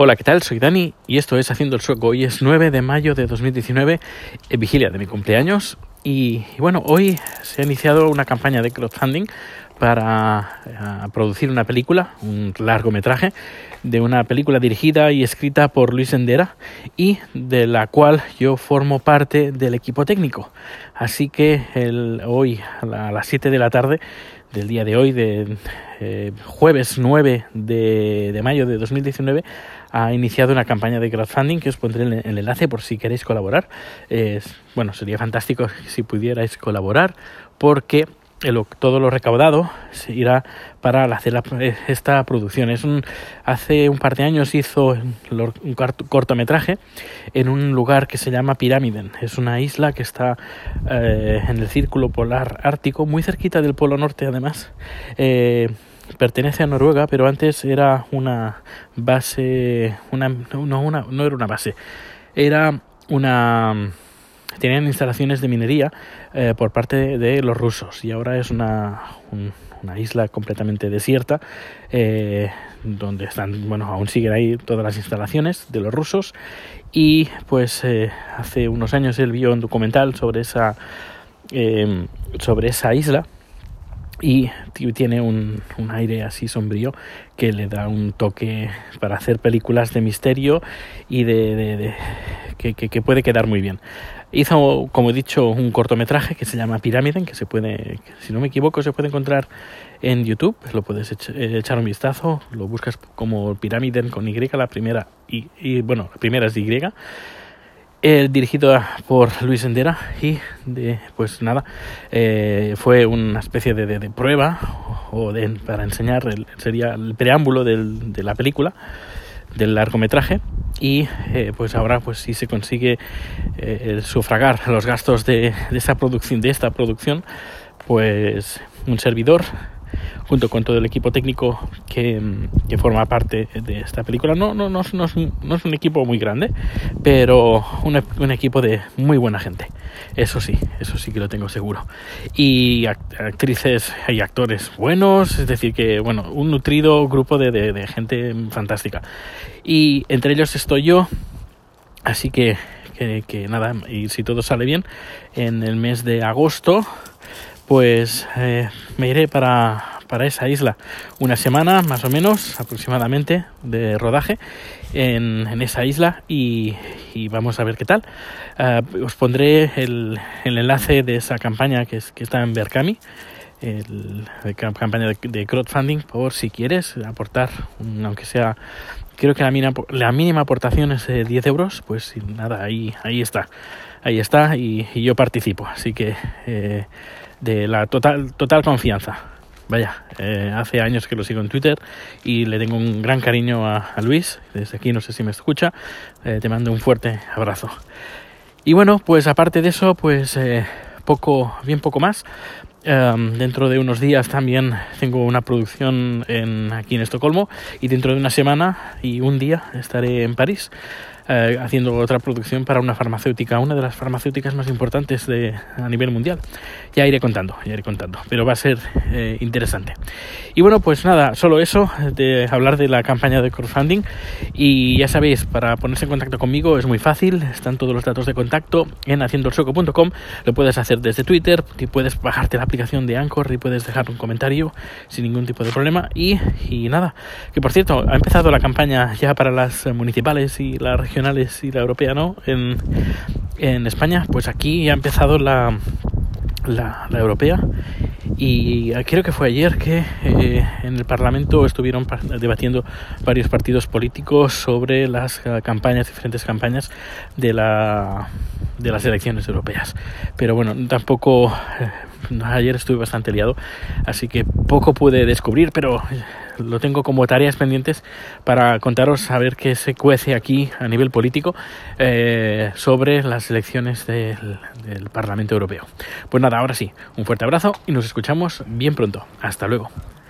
Hola, ¿qué tal? Soy Dani y esto es Haciendo el Sueco. Hoy es 9 de mayo de 2019, vigilia de mi cumpleaños. Y bueno, hoy se ha iniciado una campaña de crowdfunding para producir una película, un largometraje, de una película dirigida y escrita por Luis Endera y de la cual yo formo parte del equipo técnico. Así que hoy a las 7 de la tarde del día de hoy, jueves 9 de mayo de 2019, ha iniciado una campaña de crowdfunding que os pondré el enlace por si queréis colaborar. Sería fantástico si pudierais colaborar, porque todo lo recaudado se irá para hacer esta producción. Hace un par de años hizo un cortometraje en un lugar que se llama Pyramiden. Es una isla que está en el círculo polar ártico, muy cerquita del Polo Norte además. Pertenece a Noruega, pero antes era una base, no era una base, tenían instalaciones de minería por parte de los rusos, y ahora es una isla completamente desierta, donde están, aún siguen ahí todas las instalaciones de los rusos. Y pues hace unos años él vio un documental sobre esa isla, y tiene un aire así sombrío que le da un toque para hacer películas de misterio y que puede quedar muy bien. Hizo, como he dicho, un cortometraje que se llama Pyramiden, que si no me equivoco, se puede encontrar en YouTube. Lo puedes echar un vistazo, lo buscas como Pyramiden con Y, la primera, la primera es Y. Dirigido por Luis Endera, y fue una especie de prueba para enseñar sería el preámbulo de la película, del largometraje. Y ahora si se consigue sufragar los gastos de esta producción, pues un servidor, junto con todo el equipo técnico que forma parte de esta película. No es un equipo muy grande, pero un equipo de muy buena gente. Eso sí que lo tengo seguro. Y actrices y actores buenos, es decir que, un nutrido grupo de gente fantástica. Y entre ellos estoy yo, así que nada, y si todo sale bien, en el mes de agosto, pues me iré para esa isla, una semana más o menos aproximadamente de rodaje en esa isla, y vamos a ver qué tal. Os pondré el enlace de esa campaña que está en Berkami, la campaña de crowdfunding, por si quieres aportar, aunque sea, creo que la mínima aportación es de 10 euros, pues nada, ahí está, y yo participo, así que de la total confianza. Vaya, hace años que lo sigo en Twitter y le tengo un gran cariño a Luis. Desde aquí, no sé si me escucha, te mando un fuerte abrazo. Y pues aparte de eso, poco más. Dentro de unos días también tengo una producción aquí en Estocolmo, y dentro de una semana y un día estaré en París haciendo otra producción para una farmacéutica, una de las farmacéuticas más importantes a nivel mundial. Ya iré contando, pero va a ser interesante. Y nada, solo eso, de hablar de la campaña de crowdfunding. Y ya sabéis, para ponerse en contacto conmigo es muy fácil, están todos los datos de contacto en haciendoelsueco.com. Lo puedes hacer desde Twitter, y puedes bajarte la aplicación de Anchor y puedes dejar un comentario sin ningún tipo de problema. Y nada, que por cierto, ha empezado la campaña ya para las municipales y las regionales y la europea, ¿no? En España, pues aquí ya ha empezado la europea, y creo que fue ayer que en el Parlamento estuvieron debatiendo varios partidos políticos sobre las diferentes campañas de las elecciones europeas. Pero tampoco, ayer estuve bastante liado, así que poco pude descubrir, pero lo tengo como tareas pendientes para contaros a ver qué se cuece aquí a nivel político sobre las elecciones del Parlamento Europeo. Pues nada, ahora sí, un fuerte abrazo y nos escuchamos bien pronto. Hasta luego.